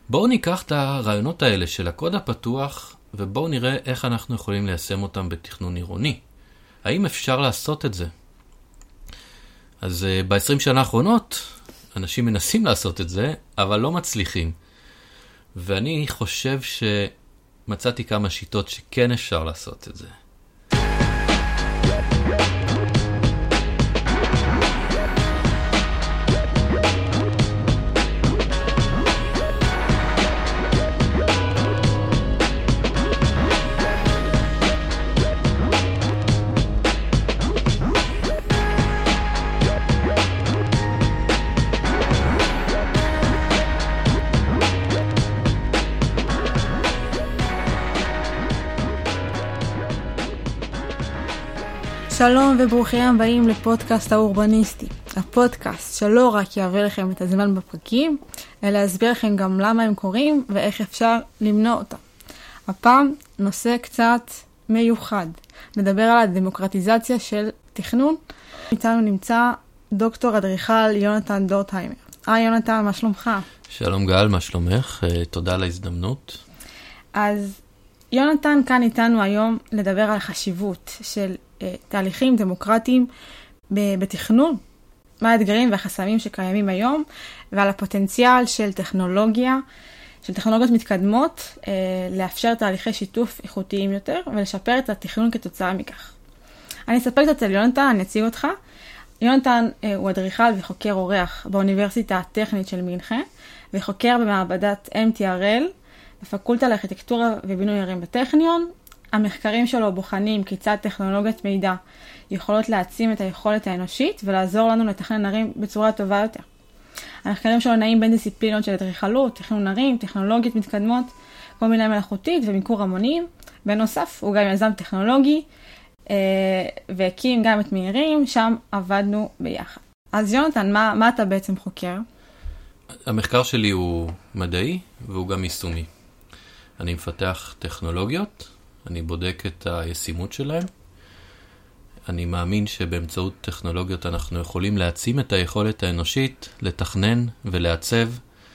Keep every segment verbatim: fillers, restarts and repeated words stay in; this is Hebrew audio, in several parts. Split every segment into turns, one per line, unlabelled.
בואו ניקח את הרעיונות האלה של הקוד הפתוח, ובואו נראה איך אנחנו יכולים ליישם אותם בתכנון עירוני. האם אפשר לעשות את זה? אז ב-עשרים שנה האחרונות, אנשים מנסים לעשות את זה, אבל לא מצליחים. ואני חושב שמצאתי כמה שיטות שכן אפשר לעשות את זה.
שלום וברוכים הבאים לפודקאסט האורבניסטי. הפודקאסט שלא רק יעביר לכם את הזמן בפרקים, אלא יסביר לכם גם למה הם קורים ואיך אפשר למנוע אותם. הפעם נושא קצת מיוחד. נדבר על הדמוקרטיזציה של תכנון. איתנו נמצא דוקטור אדריכל יונתן דורטהיימר. היי יונתן, מה שלומך?
שלום גל, מה שלומך? תודה על ההזדמנות.
אז יונתן כאן איתנו היום לדבר על החשיבות של תהליכים דמוקרטיים בתכנון, מה האתגרים והחסמים שקיימים היום, ועל הפוטנציאל של טכנולוגיה, של טכנולוגיות מתקדמות, לאפשר תהליכי שיתוף איכותיים יותר, ולשפר את התכנון כתוצאה מכך. אני אספר קצת על יונתן, אני אציג אותך. יונתן הוא אדריכל וחוקר אורח באוניברסיטה הטכנית של מינכן, וחוקר במעבדת אם טי אר אל, בפקולטה לארכיטקטורה ובינוי ערים בטכניון. המחקרים שלו בוחנים כיצד טכנולוגיות מידע יכולות להעצים את היכולת האנושית ולעזור לנו לתכנן ערים בצורה טובה יותר. המחקרים שלו נעים בין דיסציפלינות של אדריכלות, תכנון ערים, טכנולוגיות מתקדמות, כל מיני מלאכותית ומיקור המונים. בנוסף, הוא גם יזם טכנולוגי והקים גם את מהירים, שם עבדנו ביחד. אז יונתן, מה, מה אתה בעצם חוקר?
המחקר שלי הוא מדעי והוא גם יישומי. אני מפתח טכנולוגיות, אני בודק את הישימות שלהם. אני מאמין שבאמצעות טכנולוגיות אנחנו יכולים להעצים את היכולת האנושית, לתכנן ולעצב,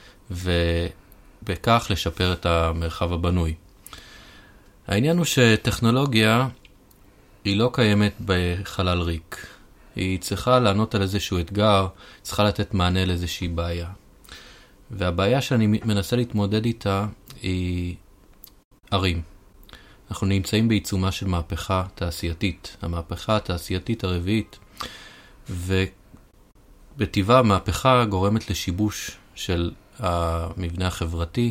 ובכך לשפר את המרחב הבנוי. העניין הוא שטכנולוגיה היא לא קיימת בחלל ריק. היא צריכה לענות על איזשהו אתגר, צריכה לתת מענה לאיזושהי בעיה. והבעיה שאני מנסה להתמודד איתה היא ערים. אנחנו נמצאים בעיצומה של מהפכה תעשייתית, המהפכה התעשייתית הרביעית, ובטבעה המהפכה גורמת לשיבוש של המבנה החברתי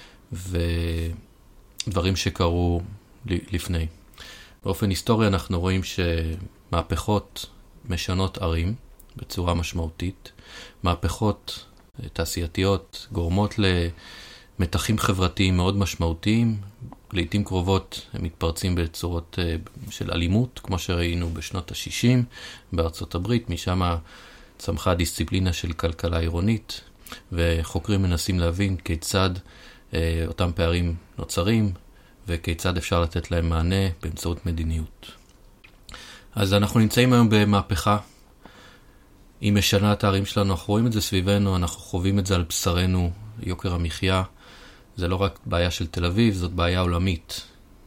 ודברים שקרו לפני. באופן היסטורי אנחנו רואים שמהפכות משנות ערים בצורה משמעותית, מהפכות תעשייתיות גורמות למתחים חברתיים מאוד משמעותיים, לעתים קרובות הם מתפרצים בצורות של אלימות, כמו שראינו בשנות ה-שישים בארצות הברית, משם צמחה דיסציפלינה של כלכלה עירונית, וחוקרים מנסים להבין כיצד אה, אותם פערים נוצרים, וכיצד אפשר לתת להם מענה באמצעות מדיניות. אז אנחנו נמצאים היום במהפכה. היא משנה את הערים שלנו, אנחנו רואים את זה סביבנו, אנחנו חווים את זה על בשרנו, יוקר המחיה. זה לא רק בעיה של תל אביב, זאת בעיה עולמית.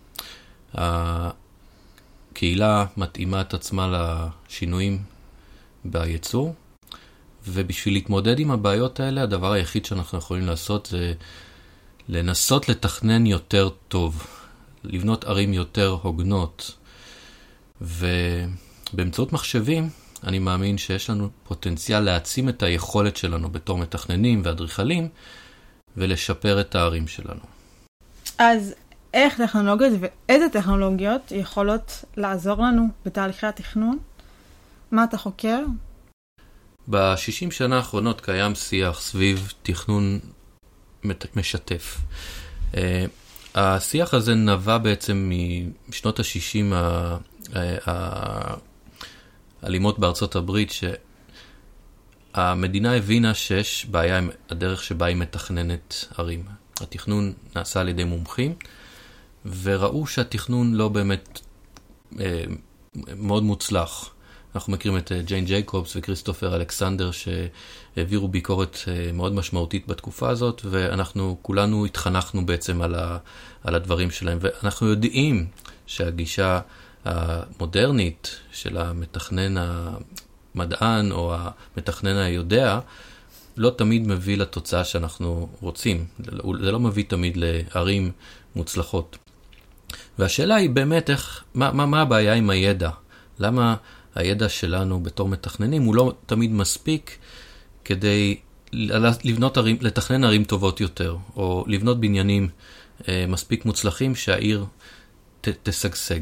הקהילה מתאימה את עצמה לשינויים בייצור, ובשביל להתמודד עם הבעיות האלה, הדבר היחיד שאנחנו יכולים לעשות זה לנסות לתכנן יותר טוב, לבנות ערים יותר הוגנות, ובאמצעות מחשבים, אני מאמין שיש לנו פוטנציאל להעצים את היכולת שלנו בתור מתכננים ואדריכלים, ולשפר את הערים שלנו. אז
איך טכנולוגיות ואיזה טכנולוגיות יכולות לעזור לנו בתהליכי התכנון? מה אתה חוקר?
ב-שישים שנה האחרונות קיים שיח סביב תכנון משתף. Uh, השיח הזה נבע בעצם משנות ה-שישים האלימות בארצות הברית, שהמדינה הבינה שיש בעיה עם הדרך שבה היא מתכננת ערים. התכנון נעשה על ידי מומחים, וראו שהתכנון לא באמת uh, מאוד מוצלח. אנחנו מכירים את ג'יין ג'ייקובס וכריסטופר אלכסנדר שהעבירו ביקורת מאוד משמעותית בתקופה הזאת, ואנחנו כולנו התחנכנו בעצם על, ה, על הדברים שלהם, ואנחנו יודעים שהגישה המודרנית של המתכנן המדען או המתכנן היודע לא תמיד מביא לתוצאה שאנחנו רוצים. זה לא מביא תמיד לערים מוצלחות. והשאלה היא באמת איך, מה, מה, מה הבעיה עם הידע? למה הידע שלנו בתור מתכננים הוא לא תמיד מספיק כדי לבנות ערים, לתכנן ערים טובות יותר, או לבנות בניינים אה, מספיק מוצלחים שהעיר ת, תשגשג.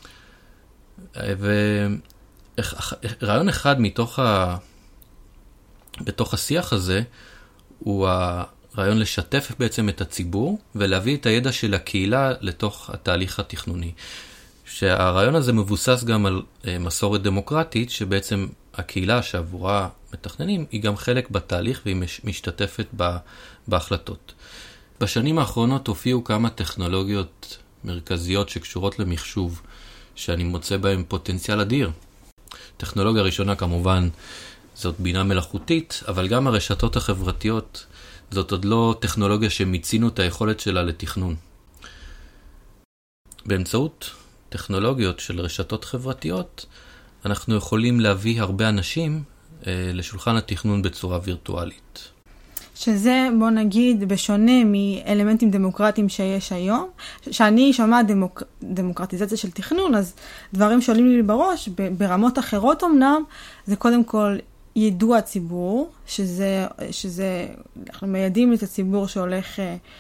ורעיון אחד מתוך ה... בתוך השיח הזה הוא הרעיון לשתף בעצם את הציבור ולהביא את הידע של הקהילה לתוך התהליך התכנוני. שהרעיון הזה מבוסס גם על מסורת דמוקרטית, שבעצם הקהילה שעבורה מתכננים היא גם חלק בתהליך והיא משתתפת בהחלטות. בשנים האחרונות הופיעו כמה טכנולוגיות מרכזיות שקשורות למחשוב, שאני מוצא בהם פוטנציאל אדיר. טכנולוגיה ראשונה כמובן זאת בינה מלאכותית, אבל גם הרשתות החברתיות זאת עוד לא טכנולוגיה שמיצינו את היכולת שלה לתכנון. באמצעות טכנולוגיות של רשתות חברתיות, אנחנו יכולים להביא הרבה אנשים אה, לשולחן התכנון בצורה וירטואלית.
שזה, בוא נגיד, בשונה מאלמנטים דמוקרטיים שיש היום, שאני שומעת דמוק... דמוקרטיזציה של תכנון, אז דברים שעולים לי בראש, ברמות אחרות אמנם, זה קודם כל יידוע הציבור, שזה, שזה, אנחנו מיידים את הציבור שהולך,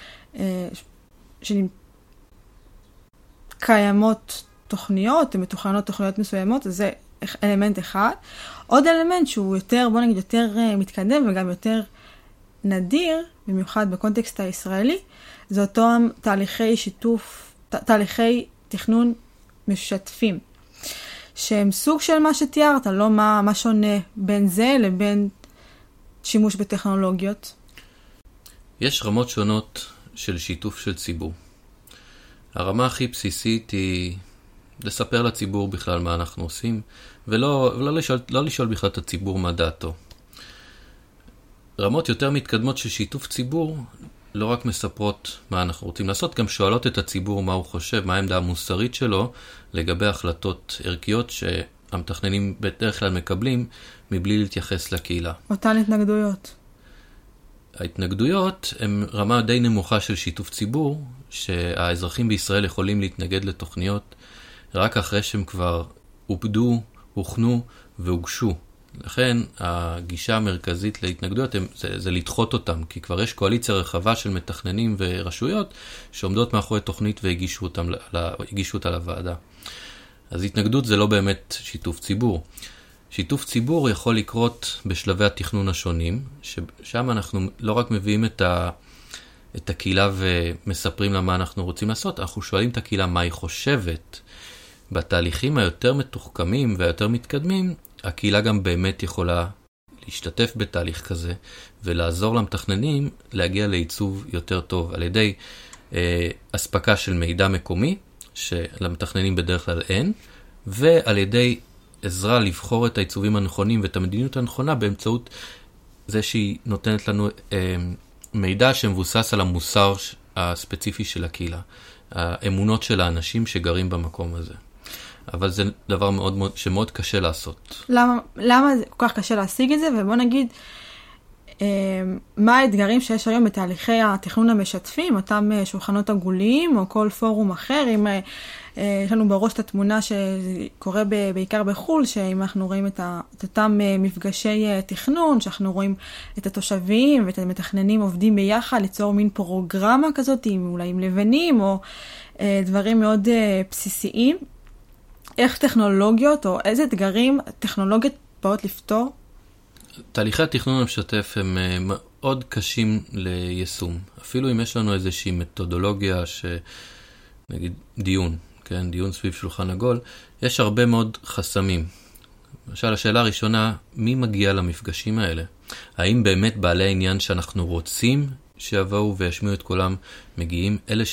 שקיימות תוכניות, מתוכננות תוכניות מסוימות, אז זה אלמנט אחד. עוד אלמנט שהוא יותר, בוא נגיד, יותר מתקדם וגם יותר נדיר, במיוחד בקונטקסט הישראלי, זה אותו תהליכי שיתוף, תהליכי תכנון משתפים. שהם סוג של מה שתיארת, לא מה, מה שונה בין זה לבין שימוש בטכנולוגיות.
יש רמות שונות של שיתוף של ציבור. הרמה הכי בסיסית היא לספר לציבור בכלל מה אנחנו עושים, ולא, ולא לשאול, לא לשאול בכלל את הציבור מה דעתו. רמות יותר מתקדמות של שיתוף ציבור לא רק מספרות מה אנחנו רוצים לעשות, גם שואלות את הציבור מה הוא חושב, מה העמדה המוסרית שלו לגבי החלטות ערכיות שהמתכננים בדרך כלל מקבלים מבלי להתייחס לקהילה.
אותן התנגדויות.
ההתנגדויות הן רמה די נמוכה של שיתוף ציבור, שהאזרחים בישראל יכולים להתנגד לתוכניות רק אחרי שהם כבר עובדו, הוכנו והוגשו. לכן הגישה המרכזית להתנגדויות זה, זה לדחות אותם, כי כבר יש קואליציה רחבה של מתכננים ורשויות שעומדות מאחורי תוכנית והגישו אותם, הגישו אותה לוועדה. אז התנגדות זה לא באמת שיתוף ציבור. שיתוף ציבור יכול לקרות בשלבי התכנון השונים, ששם אנחנו לא רק מביאים את, ה, את הקהילה ומספרים לה מה אנחנו רוצים לעשות, אנחנו שואלים את הקהילה מה היא חושבת. בתהליכים היותר מתוחכמים והיותר מתקדמים, הקהילה גם באמת יכולה להשתתף בתהליך כזה, ולעזור למתכננים להגיע לעיצוב יותר טוב, על ידי אה, הספקה של מידע מקומי, שלמתכננים בדרך כלל אין, ועל ידי עזרה לבחור את העיצובים הנכונים ואת המדיניות הנכונה, באמצעות זה שהיא נותנת לנו אה, מידע שמבוסס על המוסר הספציפי של הקהילה, האמונות של האנשים שגרים במקום הזה. אבל זה דבר מאוד, מאוד, שמאוד קשה לעשות.
למה, למה זה כל כך קשה להשיג את זה? ובוא נגיד, אה, מה האתגרים שיש היום בתהליכי התכנון המשתפים, אותם שולחנות עגוליים או כל פורום אחר, אם אה, יש לנו בראש את התמונה שקורה ב, בעיקר בחול, שאם אנחנו רואים את, ה, את אותם אה, מפגשי אה, תכנון, שאנחנו רואים את התושבים ואת המתכננים עובדים ביחד, ליצור מין פרוגרמה כזאת, עם, אולי עם לבנים או אה, דברים מאוד אה, בסיסיים, איך טכנולוגיות או איזה אתגרים טכנולוגיות באות לפתור?
תהליכי התכנון המשתף הם מאוד קשים ליישום. אפילו אם יש לנו איזושהי מתודולוגיה שנגיד דיון, כן, דיון סביב שולחן עגול, יש הרבה מאוד חסמים. למשל, השאלה הראשונה, מי מגיע למפגשים האלה? האם באמת בעלי העניין שאנחנו רוצים שיבואו וישמיעו את כולם מגיעים? אלה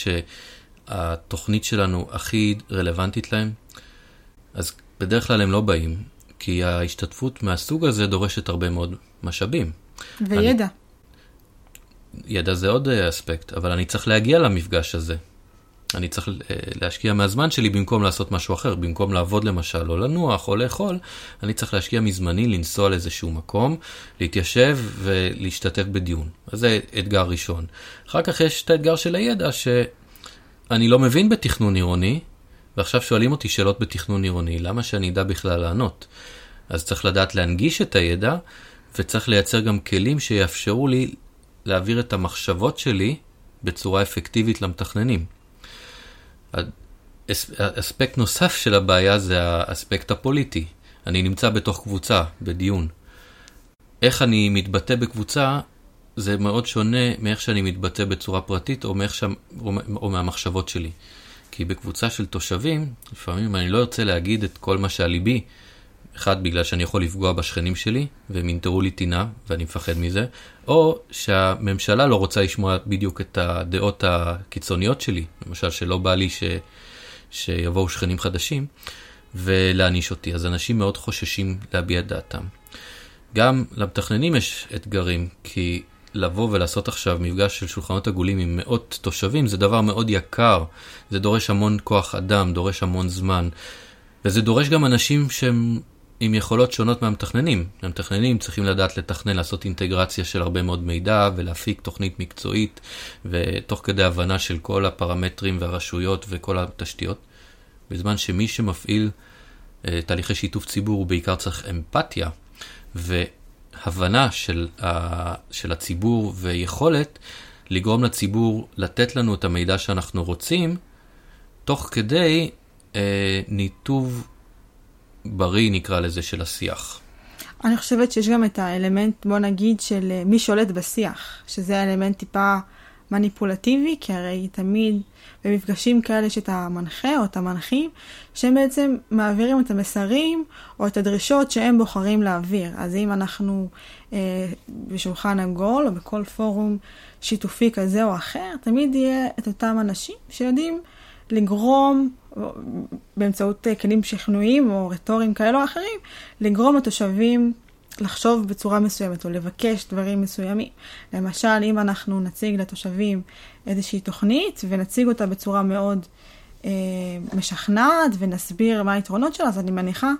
שהתוכנית שלנו הכי רלוונטית להם? אז בדרך כלל הם לא באים, כי ההשתתפות מהסוג הזה דורשת הרבה מאוד משאבים.
וידע.
אני, ידע זה עוד אספקט, אבל אני צריך להגיע למפגש הזה. אני צריך להשקיע מהזמן שלי במקום לעשות משהו אחר, במקום לעבוד למשל, או לנוח, או לאכול, אני צריך להשקיע מזמני, לנסוע לאיזשהו מקום, להתיישב ולהשתתף בדיון. אז זה אתגר ראשון. אחר כך יש את האתגר של הידע, שאני לא מבין בתכנון עירוני, ועכשיו שואלים אותי שאלות בתכנון עירוני, למה שאני אדע בכלל לענות? אז צריך לדעת להנגיש את הידע, וצריך לייצר גם כלים שיאפשרו לי להעביר את המחשבות שלי בצורה אפקטיבית למתכננים. אספקט נוסף של הבעיה זה האספקט הפוליטי. אני נמצא בתוך קבוצה, בדיון. איך אני מתבטא בקבוצה, זה מאוד שונה מאיך שאני מתבטא בצורה פרטית, או, מאיך ש... או מהמחשבות שלי. כי בקבוצה של תושבים, לפעמים אני לא רוצה להגיד את כל מה שעל ליבי, אחד, בגלל שאני יכול לפגוע בשכנים שלי, והם ינטרו לי טינה, ואני מפחד מזה, או שהממשלה לא רוצה לשמוע בדיוק את הדעות הקיצוניות שלי, למשל שלא בא לי ש... שיבואו שכנים חדשים, ולהעניש אותי. אז אנשים מאוד חוששים להביע דעתם. גם למתכננים יש אתגרים, כי לבוא ולעשות עכשיו מפגש של שולחנות עגולים עם מאות תושבים, זה דבר מאוד יקר, זה דורש המון כוח אדם, דורש המון זמן, וזה דורש גם אנשים שהם עם יכולות שונות מהמתכננים. המתכננים צריכים לדעת לתכנן, לעשות אינטגרציה של הרבה מאוד מידע, ולהפיק תוכנית מקצועית, ותוך כדי הבנה של כל הפרמטרים והרשויות וכל התשתיות. בזמן שמי שמפעיל אה, תהליכי שיתוף ציבור, הוא בעיקר צריך אמפתיה, והבנה של, ה, של הציבור, ויכולת לגרום לציבור לתת לנו את המידע שאנחנו רוצים, תוך כדי אה, ניתוב בריא, נקרא לזה, של השיח.
אני חושבת שיש גם את האלמנט, בוא נגיד, של מי שולט בשיח, שזה האלמנט טיפה מניפולטיבי, כי הרי תמיד במפגשים כאלה יש את המנחה או את המנחים, שהם בעצם מעבירים את המסרים או את הדרישות שהם בוחרים להעביר. אז אם אנחנו אה, בשולחן עגול או בכל פורום שיתופי כזה או אחר, תמיד יהיה את אותם אנשים שיודעים לגרום, באמצעות כלים שכנועיים או רטוריים כאלו או אחרים, לגרום לתושבים לחשוב בצורה מסוימת או לבקש דברים מסוימים. למשל, אם אנחנו נציג לתושבים איזושהי תוכנית ונציג אותה בצורה מאוד אה, משכנעת ונסביר מה היתרונות שלה, אז אני מניחה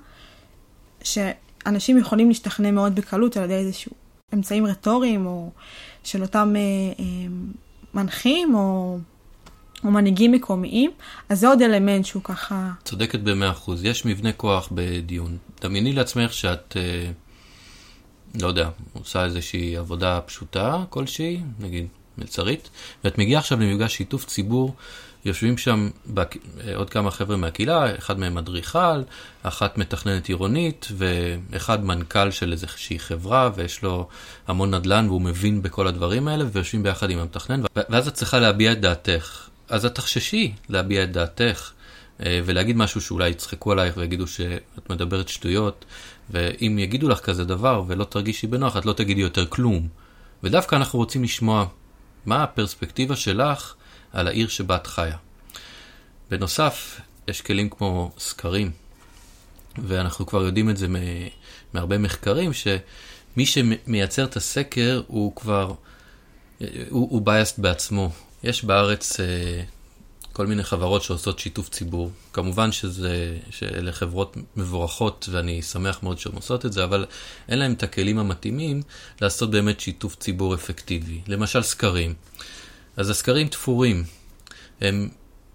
שאנשים יכולים להשתכנע מאוד בקלות על ידי איזשהו אמצעים רטוריים או של אותם אה, אה, מנחים או או מנהיגים מקומיים, אז זה עוד אלמנט שהוא ככה...
צודקת ב-מאה אחוז. יש מבנה כוח בדיון. דמייני לעצמך שאת, אה, לא יודע, עושה איזושהי עבודה פשוטה כלשהי, נגיד מלצרית, ואת מגיעה עכשיו למפגש שיתוף ציבור, יושבים שם בק... עוד כמה חבר'ה מהקהילה, אחד מהם אדריכל, אחת מתכננת עירונית, ואחד מנכ"ל של איזושהי חברה, ויש לו המון נדל"ן, והוא מבין בכל הדברים האלה, ויושבים ביחד עם המתכנן, ואז את צריכה להביע את דעתך. אז את תחששי להביע את דעתך, ולהגיד משהו שאולי יצחקו עלייך ויגידו שאת מדברת שטויות, ואם יגידו לך כזה דבר ולא תרגישי בנוח, את לא תגידי יותר כלום. ודווקא אנחנו רוצים לשמוע מה הפרספקטיבה שלך על העיר שבה את חיה. בנוסף, יש כלים כמו סקרים, ואנחנו כבר יודעים את זה מהרבה מחקרים, שמי שמייצר את הסקר הוא כבר, הוא, הוא biased בעצמו. יש בארץ אה, כל מיני חברות שעושות שיתוף ציבור. כמובן שזה, שאלה חברות מבורכות, ואני שמח מאוד שהן עושות את זה, אבל אין להם את הכלים המתאימים לעשות באמת שיתוף ציבור אפקטיבי. למשל סקרים. אז הסקרים תפורים. הם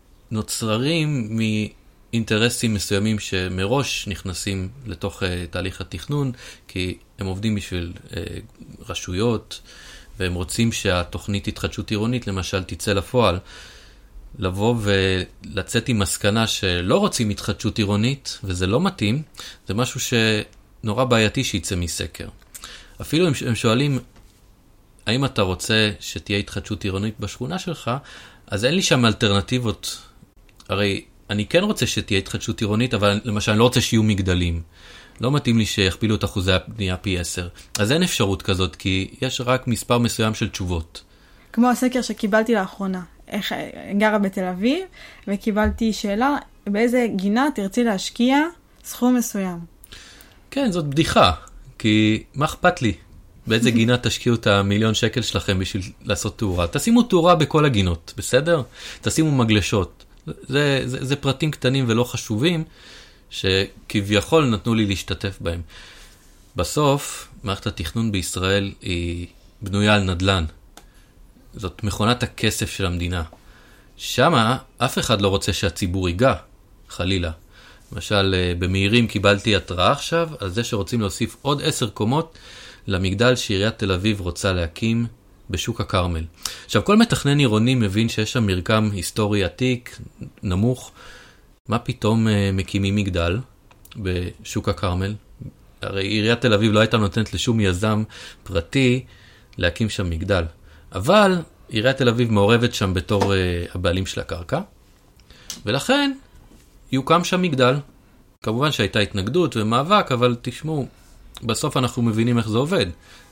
נוצרים מאינטרסים מסוימים שמראש נכנסים לתוך uh, תהליך התכנון, כי הם עובדים בשביל uh, רשויות, והם רוצים שהתוכנית התחדשות עירונית למשל תצא לפועל. לבוא ולצאת עם מסקנה שלא רוצים התחדשות עירונית, וזה לא מתאים, זה משהו שנורא בעייתי שיצא מסקר. אפילו הם שואלים, האם אתה רוצה שתהיה התחדשות עירונית בשכונה שלך, אז אין לי שם אלטרנטיבות. הרי אני כן רוצה שתהיה התחדשות עירונית, אבל למשל אני לא רוצה שיהיו מגדלים. לא מתאים לי שיכפילו את אחוזי הבנייה פי עשר. אז אין אפשרות כזאת, כי יש רק מספר מסוים של תשובות.
כמו הסקר שקיבלתי לאחרונה. איך גרה בתל אביב, וקיבלתי שאלה, באיזה גינה תרצי להשקיע סכום מסוים.
כן, זאת בדיחה, כי מה אכפת לי? באיזה גינה תשקיעו את המיליון שקל שלכם בשביל לעשות תאורה? תשימו תאורה בכל הגינות, בסדר? תשימו מגלשות. זה, זה, זה פרטים קטנים ולא חשובים, שכביכול נתנו לי להשתתף בהם. בסוף, מערכת התכנון בישראל היא בנויה על נדל"ן. זאת מכונת הכסף של המדינה. שמה, אף אחד לא רוצה שהציבור ייגע, חלילה. למשל, במהירים קיבלתי התראה עכשיו, על זה שרוצים להוסיף עוד עשר קומות למגדל שעיריית תל אביב רוצה להקים בשוק הכרמל. עכשיו, כל מתכנן עירוני מבין שיש שם מרקם היסטורי עתיק, נמוך. מה פתאום מקימים מגדל בשוק הכרמל? הרי עיריית תל אביב לא הייתה נותנת לשום יזם פרטי להקים שם מגדל. אבל עיריית תל אביב מעורבת שם בתור הבעלים של הקרקע, ולכן יוקם שם מגדל. כמובן שהייתה התנגדות ומאבק, אבל תשמעו, בסוף אנחנו מבינים איך זה עובד.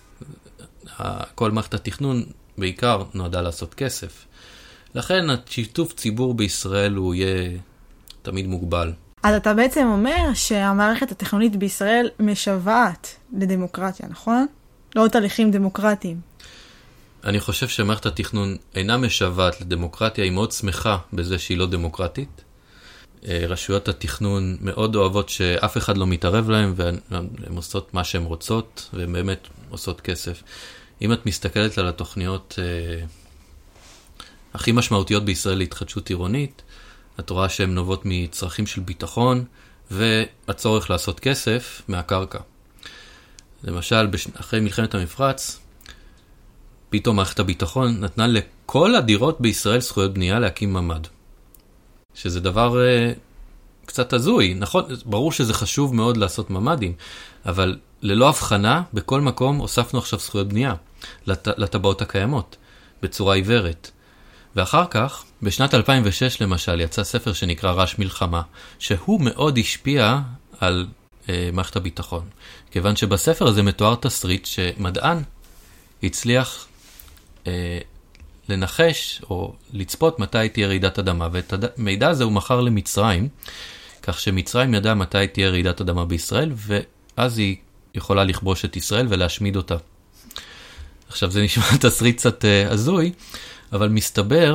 כל מערכת התכנון בעיקר נועדה לעשות כסף. לכן השיתוף ציבור בישראל הוא יהיה תמיד מוגבל.
אז אתה בעצם אומר שהמערכת התכנונית בישראל משוועת לדמוקרטיה, נכון? לא תהליכים דמוקרטיים.
אני חושב שמערכת התכנון אינה משוועת לדמוקרטיה, היא מאוד שמחה בזה שהיא לא דמוקרטית. רשויות התכנון מאוד אוהבות שאף אחד לא מתערב להם, והן עושות מה שהן רוצות, והן באמת עושות כסף. אם את מסתכלת על התוכניות אה, הכי משמעותיות בישראל להתחדשות עירונית, את רואה שהן נובעות מצרכים של ביטחון, והצורך לעשות כסף מהקרקע. למשל, בש... אחרי מלחמת המפרץ, פתאום מערכת הביטחון נתנה לכל הדירות בישראל זכויות בנייה להקים ממ"ד. שזה דבר אה, קצת הזוי. נכון, ברור שזה חשוב מאוד לעשות ממ"דים, אבל ללא הבחנה, בכל מקום הוספנו עכשיו זכויות בנייה לט... לטבעות הקיימות, בצורה עיוורת. ואחר כך, בשנת אלפיים ושש למשל, יצא ספר שנקרא רעש מלחמה, שהוא מאוד השפיע על אה, מערכת הביטחון. כיוון שבספר הזה מתואר תסריט שמדען הצליח אה, לנחש או לצפות מתי תהיה רעידת אדמה, ואת המידע הזה הוא מכר למצרים, כך שמצרים ידע מתי תהיה רעידת אדמה בישראל, ואז היא יכולה לכבוש את ישראל ולהשמיד אותה. עכשיו זה נשמע תסריט קצת אה, הזוי, אבל מסתבר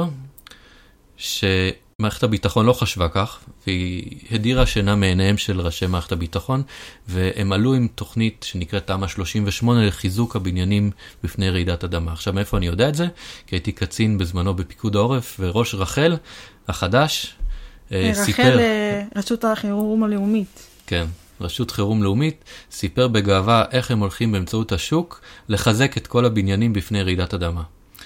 שמערכת הביטחון לא חשבה כך, והיא הדירה שינה מעיניהם של ראשי מערכת הביטחון, והם עלו עם תוכנית שנקראת תמ"א שלושים ושמונה לחיזוק הבניינים בפני רעידת אדמה. עכשיו, מאיפה אני יודע את זה? כי הייתי קצין בזמנו בפיקוד העורף, וראש רחל החדש
רחל, סיפר... רחל, רשות החירום הלאומית. כן,
רשות חירום לאומית, סיפר בגאווה איך הם הולכים באמצעות השוק לחזק את כל הבניינים בפני רעידת אדמה.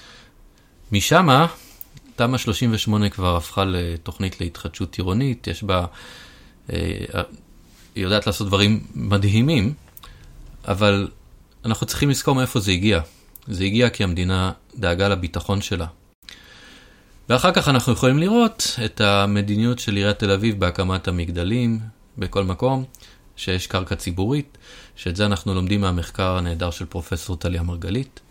משם, תמ"א שלושים ושמונה כבר הפכה לתוכנית להתחדשות עירונית, יש בה, אה, היא יודעת לעשות דברים מדהימים, אבל אנחנו צריכים לזכור מאיפה זה הגיע. זה הגיע כי המדינה דאגה לביטחון שלה. ואחר כך אנחנו יכולים לראות את המדיניות של עיריית תל אביב בהקמת המגדלים בכל מקום, שיש קרקע ציבורית, שאת זה אנחנו לומדים מהמחקר הנהדר של פרופסור טליה מרגלית,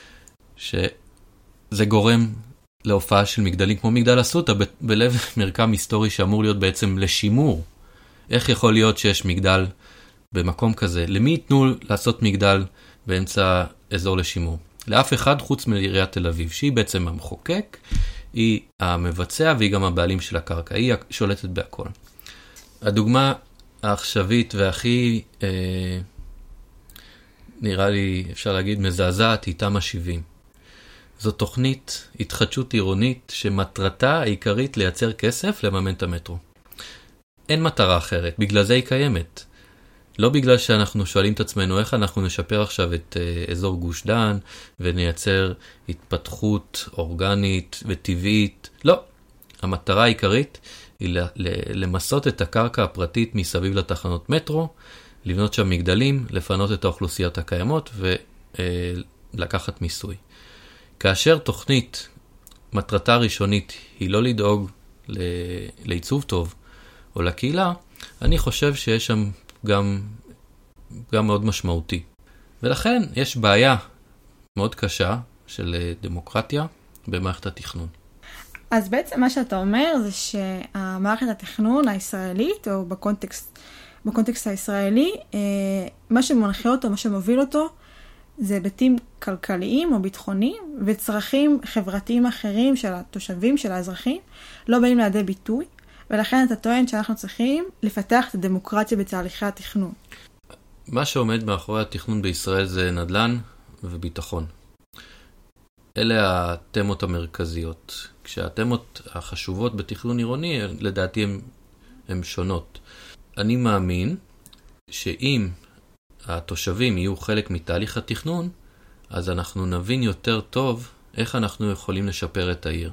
שזה גורם להופעה של מגדלים כמו מגדל אסותא ב- בלב מרקם היסטורי שאמור להיות בעצם לשימור. איך יכול להיות שיש מגדל במקום כזה? למי ייתנו לעשות מגדל באמצע אזור לשימור? לאף אחד חוץ מעיריית תל אביב, שהיא בעצם המחוקק, היא המבצע והיא גם הבעלים של הקרקע, היא שולטת בהכל. הדוגמה העכשווית והכי אה, נראה לי אפשר להגיד מזעזעת היא תמ"א שבעים. זו תוכנית התחדשות עירונית שמטרתה העיקרית לייצר כסף לממן את המטרו. אין מטרה אחרת, בגלל זה היא קיימת. לא בגלל שאנחנו שואלים את עצמנו איך אנחנו נשפר עכשיו את uh, אזור גוש דן ונייצר התפתחות אורגנית וטבעית. לא. המטרה העיקרית היא למסות את הקרקע הפרטית מסביב לתחנות מטרו, לבנות שם מגדלים, לפנות את האוכלוסיות הקיימות ולקחת מיסוי. כאשר תוכנית, מטרתה הראשונית היא לא לדאוג לעיצוב טוב או לקהילה, אני חושב שיש שם גם, גם מאוד משמעותי. ולכן יש בעיה מאוד קשה של דמוקרטיה במערכת התכנון.
אז בעצם מה שאתה אומר זה שהמערכת התכנון הישראלית, או בקונטקסט בקונטקסט הישראלי, מה שמנחה אותו, מה שמוביל אותו, זה היבטים כלכליים או ביטחוניים, וצרכים חברתיים אחרים של התושבים, של האזרחים, לא באים לידי ביטוי, ולכן אתה טוען שאנחנו צריכים לפתח את הדמוקרטיה בתהליכי התכנון.
מה שעומד מאחורי התכנון בישראל זה נדל"ן וביטחון. אלה התמות המרכזיות. כשהתמות החשובות בתכנון עירוני, לדעתי הן, הן שונות. אני מאמין שאם התושבים יהיו חלק מתהליך התכנון, אז אנחנו נבין יותר טוב איך אנחנו יכולים לשפר את העיר.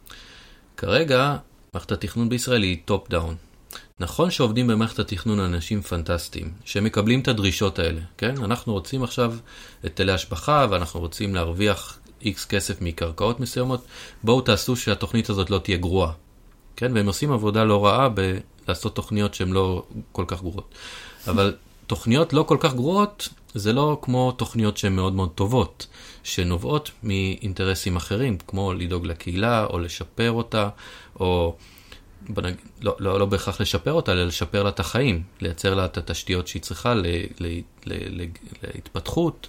כרגע, מערכת התכנון בישראל היא טופ דאון. נכון שעובדים במערכת התכנון אנשים פנטסטיים, שמקבלים את הדרישות האלה, כן? אנחנו רוצים עכשיו היטלי השבחה, ואנחנו רוצים להרוויח X כסף מקרקעות מסוימות, בואו תעשו שהתוכנית הזאת לא תהיה גרועה, כן? והם עושים עבודה לא רעה בלעשות תוכניות שהן לא כל כך גרועות. אבל תוכניות לא כל כך גרועות, זה לא כמו תוכניות שהן מאוד מאוד טובות, שנובעות מאינטרסים אחרים, כמו לדאוג לקהילה, או לשפר אותה, או בנג... לא, לא, לא בהכרח לשפר אותה, אלא לשפר לה את החיים, לייצר לה את התשתיות שהיא צריכה ל... ל... ל... ל... להתפתחות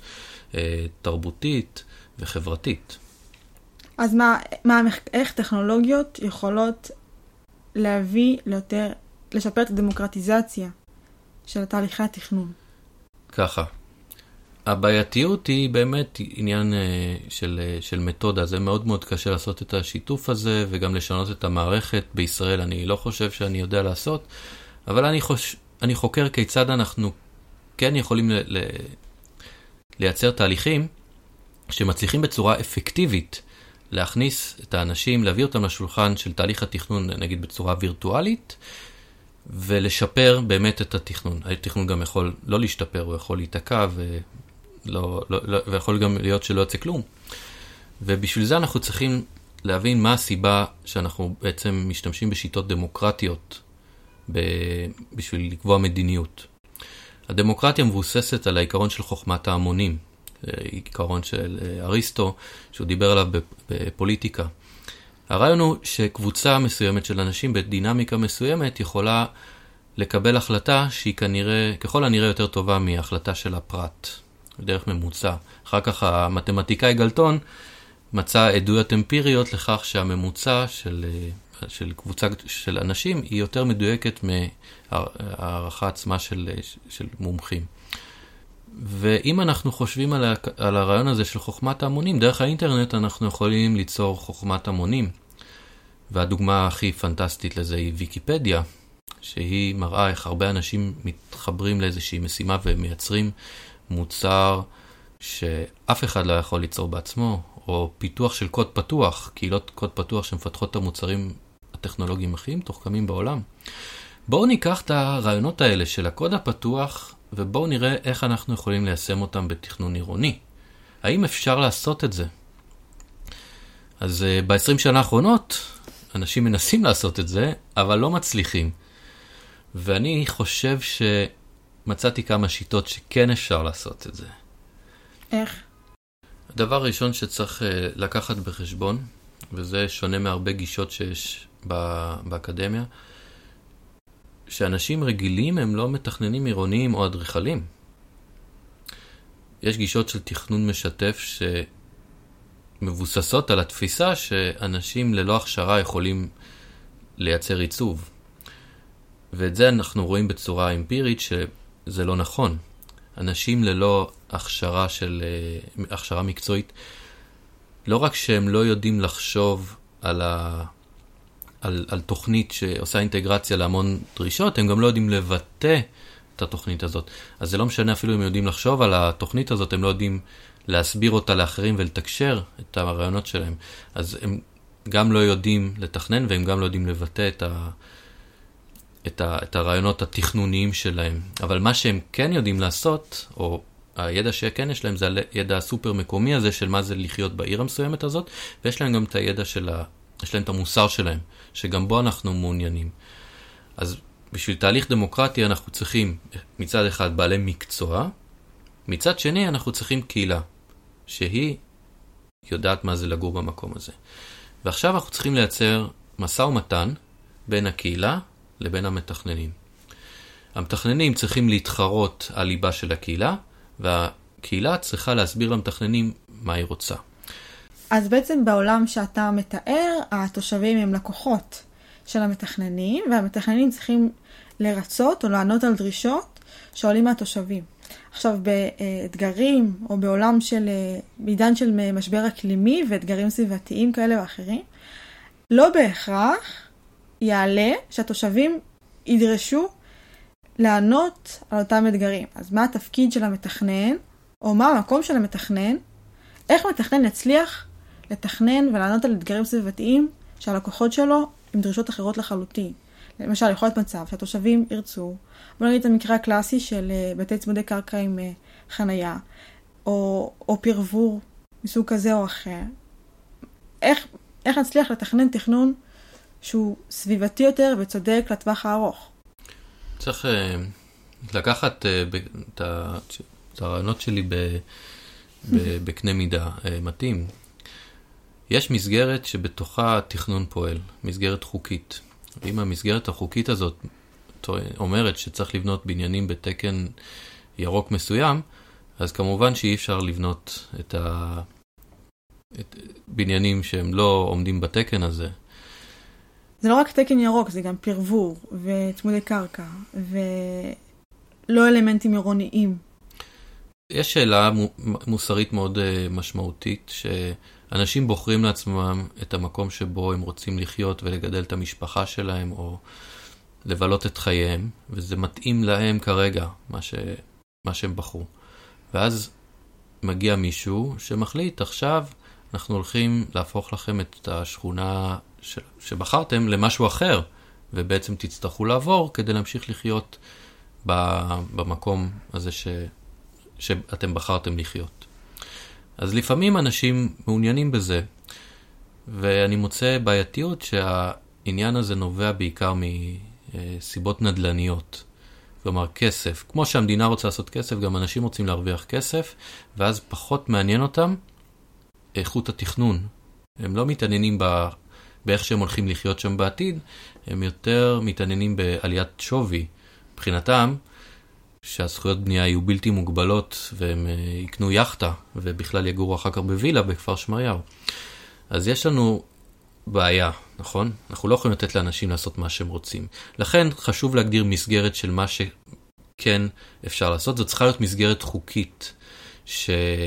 תרבותית וחברתית.
אז מה, מה, איך טכנולוגיות יכולות להביא ליותר, לשפר את הדמוקרטיזציה של תהליכי התכנון?
ככה. הבעייתיות היא באמת עניין של, של מתודה. זה מאוד מאוד קשה לעשות את השיתוף הזה וגם לשנות את המערכת בישראל. אני לא חושב שאני יודע לעשות, אבל אני, חוש... אני חוקר כיצד אנחנו כן יכולים ל... ל... לייצר תהליכים שמצליחים בצורה אפקטיבית להכניס את האנשים, להביא אותם לשולחן של תהליך התכנון, נגיד בצורה וירטואלית, ולשפר באמת את התכנון. התכנון גם יכול לא להשתפר, הוא יכול להתעקע, ולא, לא, לא, ויכול גם להיות שלא יוצא כלום. ובשביל זה אנחנו צריכים להבין מה הסיבה שאנחנו בעצם משתמשים בשיטות דמוקרטיות ב, בשביל לקבוע מדיניות. הדמוקרטיה מבוססת על העיקרון של חוכמת ההמונים, עיקרון של אריסטו, שהוא דיבר עליו בפוליטיקה. הרעיון הוא שקבוצה מסוימת של אנשים בדינמיקה מסוימת יכולה לקבל החלטה שהיא כנראה, ככל הנראה יותר טובה מההחלטה של הפרט, בדרך ממוצע. אחר כך המתמטיקאי גלטון מצא עדויות אמפיריות לכך שהממוצע של, של קבוצה של אנשים היא יותר מדויקת מהערכה עצמה של, של מומחים. ואם אנחנו חושבים על, ה, על הרעיון הזה של חוכמת המונים, דרך האינטרנט אנחנו יכולים ליצור חוכמת המונים. והדוגמה הכי פנטסטית לזה היא ויקיפדיה, שהיא מראה איך הרבה אנשים מתחברים לאיזושהי משימה ומייצרים מוצר שאף אחד לא יכול ליצור בעצמו, או פיתוח של קוד פתוח, קהילות קוד פתוח שמפתחות את המוצרים הטכנולוגיים הכי מתוחכמים בעולם. בואו ניקח את הרעיונות האלה של הקוד הפתוח, ובואו נראה איך אנחנו יכולים ליישם אותם בתכנון עירוני. האם אפשר לעשות את זה? אז uh, ב-עשרים שנה האחרונות, אנשים מנסים לעשות את זה, אבל לא מצליחים. ואני חושב שמצאתי כמה שיטות שכן אפשר לעשות את זה.
איך?
הדבר הראשון שצריך uh, לקחת בחשבון, וזה שונה מהרבה גישות שיש באקדמיה, שאנשים רגילים הם לא מתכננים עירוניים או אדריכלים. יש גישות של תכנון משתף שמבוססות על התפיסה שאנשים ללא הכשרה יכולים לייצר עיצוב. ואת זה אנחנו רואים בצורה אמפירית שזה לא נכון. אנשים ללא הכשרה של הכשרה מקצועית, לא רק שהם לא יודעים לחשוב על ה על, על תוכנית שעושה אינטגרציה להמון דרישות, הם גם לא יודעים לבטא את התוכנית הזאת. אז זה לא משנה אפילו אם יודעים לחשוב על התוכנית הזאת, הם לא יודעים להסביר אותה לאחרים ולתקשר את הרעיונות שלהם. אז הם גם לא יודעים לתכנן, והם גם לא יודעים לבטא את, ה, את, ה, את הרעיונות התכנוניים שלהם. אבל מה שהם כן יודעים לעשות, או הידע שכן יש להם, זה הידע הסופר מקומי הזה של מה זה לחיות בעיר המסוימת הזאת, ויש להם גם את הידע של ה... יש להם את המוסר שלהם, שגם בו אנחנו מעוניינים. אז בשביל תהליך דמוקרטי אנחנו צריכים מצד אחד בעלי מקצוע, מצד שני אנחנו צריכים קהילה, שהיא יודעת מה זה לגור במקום הזה. ועכשיו אנחנו צריכים לייצר משא ומתן בין הקהילה לבין המתכננים. המתכננים צריכים להתחרות על ליבה של הקהילה, והקהילה צריכה להסביר למתכננים מה היא רוצה.
אז בעצם בעולם שאתה מתאר, התושבים הם לקוחות של המתכננים, והמתכננים צריכים לרצות או לענות על דרישות שעולים מהתושבים. עכשיו, באתגרים או בעולם של, בעידן של משבר אקלימי ואתגרים סביבתיים כאלה ואחרים, לא בהכרח יעלה שהתושבים ידרשו לענות על אותם אתגרים. אז מה התפקיד של המתכנן, או מה המקום של המתכנן, איך מתכנן יצליח לתכנן ולענות על אתגרים סביבתיים שהלקוחות שלו עם דרישות אחרות לחלוטין. למשל, יכול להיות מצב שהתושבים ירצו, בוא נגיד את המקרה הקלאסי של בתי צמודי קרקע עם חנייה, או, או פרבור מסוג כזה או אחר. איך, איך נצליח לתכנן תכנון שהוא סביבתי יותר וצודק לטווח הארוך?
צריך uh, לקחת uh, את, ה, את הרעיונות שלי ב, ב, בקנה מידה uh, מתאים. יש מסגרת שבתוכה התכנון פועל, מסגרת חוקית. ואם המסגרת החוקית הזאת אומרת שצריך לבנות בניינים בתקן ירוק מסוים, אז כמובן שאי אפשר לבנות את הבניינים שהם לא עומדים בתקן הזה.
זה לא רק תקן ירוק, זה גם פרבור וצמודי קרקע ולא אלמנטים עירוניים.
יש שאלה מוסרית מאוד משמעותית, שאנשים בוחרים לעצמם את המקום שבו הם רוצים לחיות ולגדל את המשפחה שלהם, או לבלות את חייהם, וזה מתאים להם כרגע, מה, ש... מה שהם בחרו. ואז מגיע מישהו שמחליט, עכשיו אנחנו הולכים להפוך לכם את השכונה ש... שבחרתם למשהו אחר, ובעצם תצטרכו לעבור כדי להמשיך לחיות במקום הזה ש... שאתם בחרתם לחיות. אז לפעמים אנשים מעוניינים בזה, ואני מוצא בעייתיות שהעניין הזה נובע בעיקר מסיבות נדלניות. כלומר, כסף. כמו שהמדינה רוצה לעשות כסף, גם אנשים רוצים להרוויח כסף, ואז פחות מעניין אותם איכות התכנון. הם לא מתעניינים ב... באיך שהם הולכים לחיות שם בעתיד, הם יותר מתעניינים בעליית שווי. מבחינתם, שהזכויות בנייה יהיו בלתי מוגבלות, והם יקנו יחטה, ובכלל יגורו אחר כך בווילה בכפר שמריהו. אז יש לנו בעיה, נכון? אנחנו לא יכולים לתת לאנשים לעשות מה שהם רוצים. לכן חשוב להגדיר מסגרת של מה שכן אפשר לעשות. זאת צריכה להיות מסגרת חוקית, ש...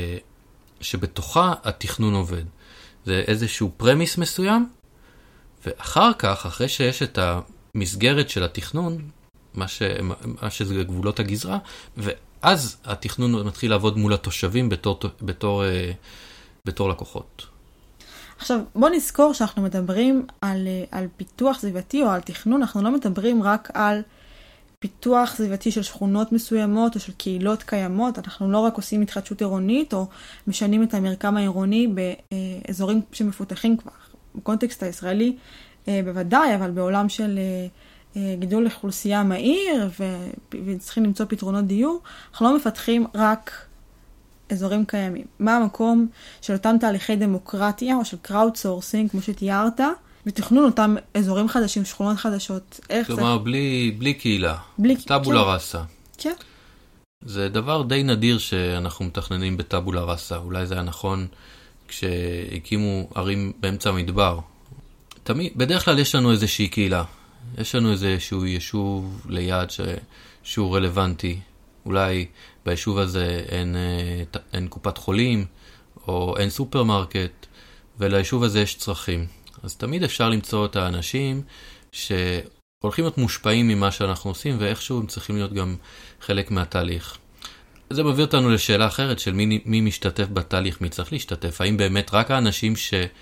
שבתוכה התכנון עובד. זה איזשהו פרמיס מסוים, ואחר כך, אחרי שיש את המסגרת של התכנון, מה, ש... מה שזה גבולות הגזרה, ואז התכנון מתחיל לעבוד מול התושבים בתור, בתור, בתור לקוחות.
עכשיו, בוא נזכור שאנחנו מדברים על, על פיתוח סביבתי או על תכנון, אנחנו לא מדברים רק על פיתוח סביבתי של שכונות מסוימות או של קהילות קיימות, אנחנו לא רק עושים התחדשות עירונית או משנים את המרקם העירוני באזורים שמפותחים כבר. בקונטקסט הישראלי בוודאי, אבל בעולם של גידול אוכלוסייה מהיר וצריכים למצוא פתרונות דיור, אנחנו לא מפתחים רק אזורים קיימים. מה המקום של אותם תהליכי דמוקרטיה או של קראוד סורסינג, כמו שתיארת, ותכנון אותם אזורים חדשים, שכונות חדשות. איך זה?
כלומר, בלי, בלי קהילה.
בלי,
טאבולה ראסה.
כן.
זה דבר די נדיר שאנחנו מתכננים בטאבולה ראסה. אולי זה היה נכון כשהקימו ערים באמצע המדבר. תמיד, בדרך כלל יש לנו איזושהי קהילה. יש לנו איזשהו יישוב ליד ש... שהוא רלוונטי. אולי ביישוב הזה אין, אין קופת חולים, או אין סופרמרקט, וליישוב הזה יש צרכים. אז תמיד אפשר למצוא את האנשים שהולכים להיות מושפעים ממה שאנחנו עושים, ואיכשהו הם צריכים להיות גם חלק מהתהליך. זה מביא אותנו לשאלה אחרת של מי, מי משתתף בתהליך, מי צריך להשתתף. האם באמת רק האנשים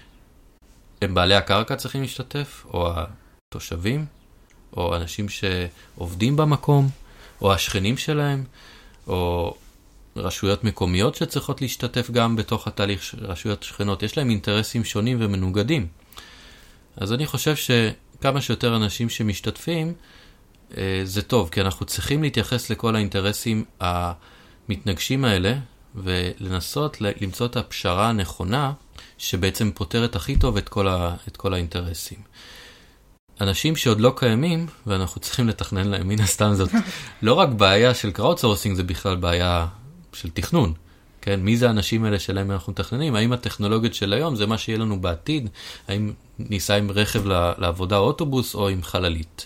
שהם בעלי הקרקע צריכים להשתתף, או התושבים, או אנשים שעובדים במקום, או השכנים שלהם, או רשויות מקומיות שצריכות להשתתף גם בתוך התהליך, רשויות שכנות. יש להם אינטרסים שונים ומנוגדים. אז אני חושב שכמה שיותר אנשים שמשתתפים, זה טוב, כי אנחנו צריכים להתייחס לכל האינטרסים המתנגשים האלה, ולנסות למצוא את הפשרה הנכונה, שבעצם פותרת הכי טוב את כל, ה, את כל האינטרסים. אנשים שעוד לא קיימים, ואנחנו צריכים לתכנן להם, מן הסתם זאת לא רק בעיה של crowdsourcing, זה בכלל בעיה של תכנון. כן, מי זה האנשים האלה שלהם אנחנו מתכננים? האם הטכנולוגיות של היום זה מה שיהיה לנו בעתיד? האם ניסע עם רכב לעבודה או אוטובוס או עם חללית?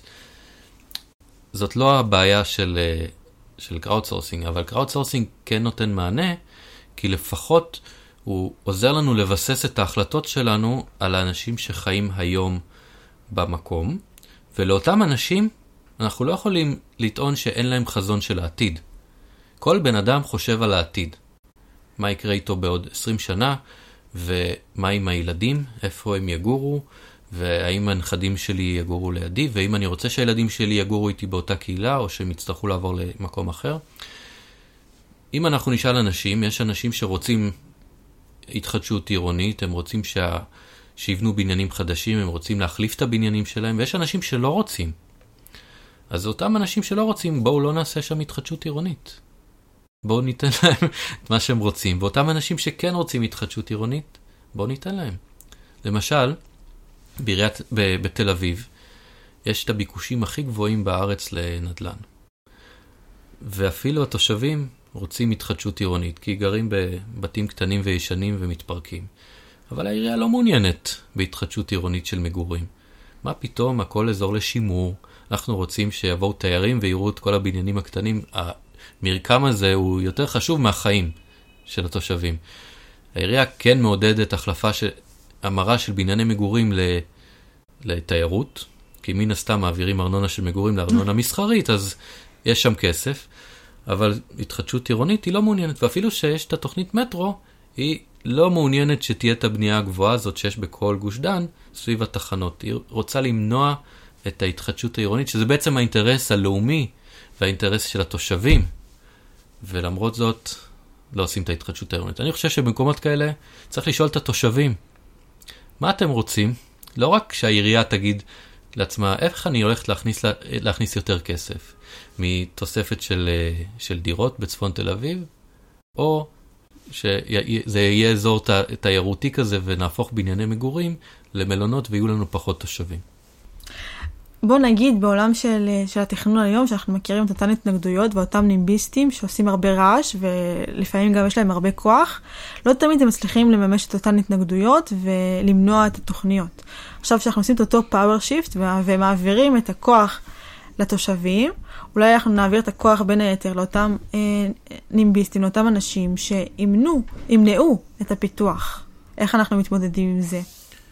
זאת לא הבעיה של, של crowdsourcing, אבל crowdsourcing כן נותן מענה, כי לפחות הוא עוזר לנו לבסס את ההחלטות שלנו על האנשים שחיים היום במקום, ולאותם אנשים אנחנו לא יכולים לטעון שאין להם חזון של העתיד. כל בן אדם חושב על העתיד. מה יקרה איתו בעוד עשרים שנה, ומה עם הילדים, איפה הם יגורו, והאם הנכדים שלי יגורו לידי, ואם אני רוצה שהילדים שלי יגורו איתי באותה קהילה, או שהם יצטרכו לעבור למקום אחר. אם אנחנו נשאל אנשים, יש אנשים שרוצים התחדשות עירונית, הם רוצים שה... שיבנו בניינים חדשים, הם רוצים להחליף את הבניינים שלהם, ויש אנשים שלא רוצים. אז אותם אנשים שלא רוצים, בואו לא נעשה שם התחדשות עירונית. בואו ניתן להם את מה שהם רוצים. ואותם אנשים שכן רוצים התחדשות עירונית, בואו ניתן להם. למשל, בעיריית, ב, בתל אביב, יש את הביקושים הכי גבוהים בארץ לנדל"ן. ואפילו התושבים רוצים התחדשות עירונית, כי גרים בבתים קטנים וישנים ומתפרקים. אבל העירייה לא מעוניינת בהתחדשות עירונית של מגורים. מה פתאום? הכל אזור לשימור. אנחנו רוצים שיבואו תיירים ויראו את כל הבניינים הקטנים. המרקם הזה הוא יותר חשוב מהחיים של התושבים. העירייה כן מעודדת החלפה של, המרה של בנייני מגורים לתיירות, כי מן הסתם מעבירים ארנונה של מגורים לארנונה מסחרית, אז יש שם כסף. אבל התחדשות עירונית היא לא מעוניינת, ואפילו שיש את התוכנית מטרו, היא לא מעוניינת שתהיה את הבנייה הגבוהה הזאת שיש בכל גוש דן סביב התחנות. היא רוצה למנוע את ההתחדשות העירונית, שזה בעצם האינטרס הלאומי והאינטרס של התושבים. ולמרות זאת, לא עושים את ההתחדשות העירונית. אני חושב שבמקומות כאלה צריך לשאול את התושבים, מה אתם רוצים? לא רק שהעירייה תגיד לעצמה, איך אני הולכת להכניס, להכניס יותר כסף? מתוספת של, של דירות בצפון תל אביב, או שזה יהיה אזור תיירותי כזה ונהפוך בנייני מגורים למלונות ויהיו לנו פחות תושבים.
בוא נגיד בעולם של, של התכנון היום, שאנחנו מכירים את אותן התנגדויות ואותם נימביסטים שעושים הרבה רעש ולפעמים גם יש להם הרבה כוח, לא תמיד הם מצליחים לממש את אותן התנגדויות ולמנוע את התוכניות. עכשיו שאנחנו עושים את אותו פאוור שיפט ומעבירים את הכוח לתושבים, אולי אנחנו נעביר את הכוח בין היתר לאותם אה, נימביסטים, לאותם אנשים שימנעו, ימנעו את הפיתוח. איך אנחנו מתמודדים עם זה?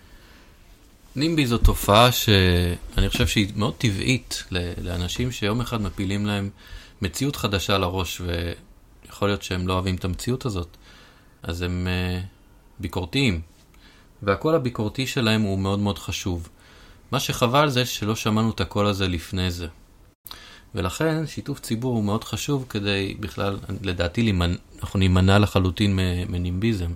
נימבי זו תופעה שאני חושב שהיא מאוד טבעית לאנשים שיום אחד מפילים להם מציאות חדשה לראש, ויכול להיות שהם לא אוהבים את המציאות הזאת, אז הם uh, ביקורתיים, והקול הביקורתי שלהם הוא מאוד מאוד חשוב. מה שחבל זה שלא שמענו את הקול הזה לפני זה. ולכן שיתוף ציבור הוא מאוד חשוב כדי בכלל, לדעתי, אנחנו נימנע לחלוטין מנימביזם.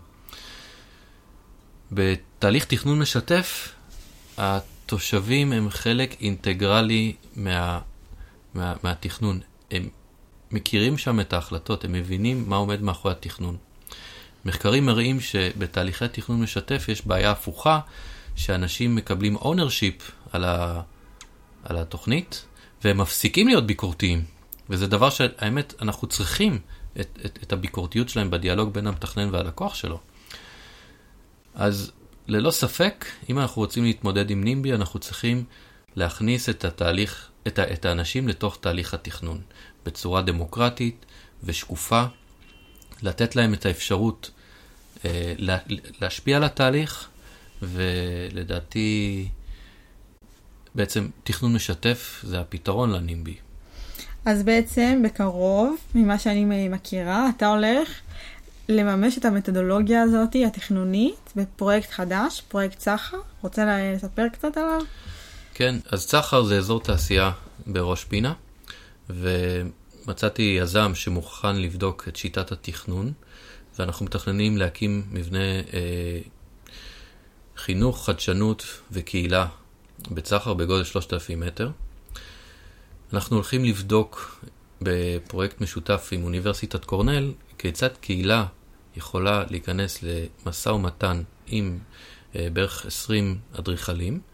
בתהליך תכנון משתף, התושבים הם חלק אינטגרלי מה, מה, מהתכנון. הם מכירים שם את ההחלטות, הם מבינים מה עומד מאחורי התכנון. מחקרים מראים שבתהליכי תכנון משתף יש בעיה הפוכה, שאנשים מקבלים ownership על, ה, על התוכנית, והם מפסיקים להיות ביקורתיים. וזה דבר שהאמת אנחנו צריכים את, את, את הביקורתיות שלהם בדיאלוג בין המתכנן והלקוח שלו. אז ללא ספק, אם אנחנו רוצים להתמודד עם נימבי, אנחנו צריכים להכניס את התהליך, את, ה, את האנשים לתוך תהליך התכנון, בצורה דמוקרטית ושקופה, לתת להם את האפשרות אה, לה, להשפיע על התהליך, ולדעתי בעצם תכנון משתף זה הפתרון לנימבי.
אז בעצם בקרוב, ממה שאני מכירה, אתה הולך לממש את המתודולוגיה הזאת, התכנונית, בפרויקט חדש, פרויקט צחר. רוצה לספר קצת עליו?
כן, אז צחר זה אזור תעשייה בראש פינה, ומצאתי יזם שמוכן לבדוק את שיטת התכנון, ואנחנו מתכננים להקים מבנה אה, חינוך, חדשנות וקהילה בצחר בגודל שלושת אלפים מטר. אנחנו הולכים לבדוק בפרויקט משותף עם אוניברסיטת קורנל, כיצד קהילה יכולה להיכנס למשא ומתן עם אה, בערך עשרים אדריכלים,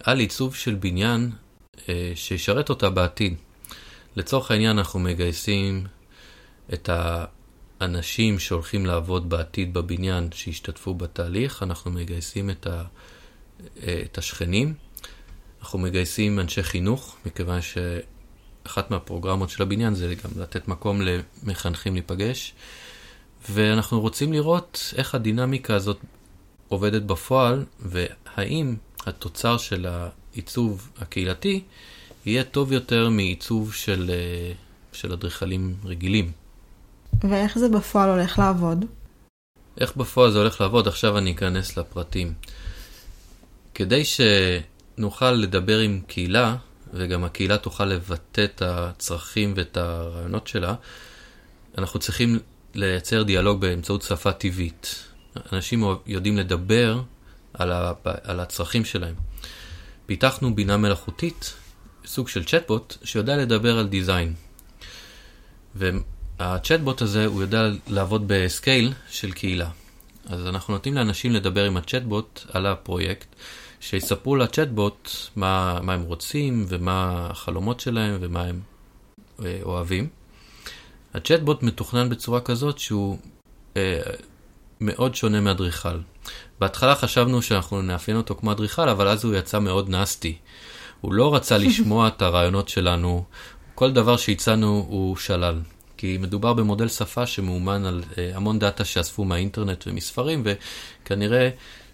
על עיצוב של בניין אה, שישרת אותה בעתיד. לצורך העניין אנחנו מגייסים את האנשים שהולכים לעבוד בעתיד בבניין שישתתפו בתהליך, אנחנו מגייסים את, ה, את השכנים, אנחנו מגייסים אנשי חינוך, מכיוון שאחת מהפרוגרמות של הבניין זה גם לתת מקום למחנכים להיפגש, ואנחנו רוצים לראות איך הדינמיקה הזאת עובדת בפועל, והאם התוצר של העיצוב הקהילתי יהיה טוב יותר מעיצוב של, של אדריכלים רגילים.
ואיך זה בפועל הולך לעבוד?
איך בפועל זה הולך לעבוד? עכשיו אני אכנס לפרטים. כדי שנוכל לדבר עם קהילה, וגם הקהילה תוכל לבטא את הצרכים ואת הרעיונות שלה, אנחנו צריכים לייצר דיאלוג באמצעות שפה טבעית. אנשים יודעים לדבר על, ה, על הצרכים שלהם. פיתחנו בינה מלאכותית, סוג של צ'טבוט, שיודע לדבר על דיזיין. והצ'טבוט הזה, הוא יודע לעבוד בסקייל של קהילה. אז אנחנו נותנים לאנשים לדבר עם הצ'טבוט על הפרויקט, שיספרו לצ'טבוט מה, מה הם רוצים, ומה החלומות שלהם, ומה הם אה, אוהבים. הצ'טבוט מתוכנן בצורה כזאת שהוא אה, מאוד שונה מאדריכל. בהתחלה חשבנו שאנחנו נאפיין אותו כמו אדריכל, אבל אז הוא יצא מאוד נסטי. הוא לא רצה לשמוע את הרעיונות שלנו, כל דבר שהצענו הוא שלל. כי מדובר במודל שפה שמאומן על אה, המון דאטה שאספו מהאינטרנט ומספרים, וכנראה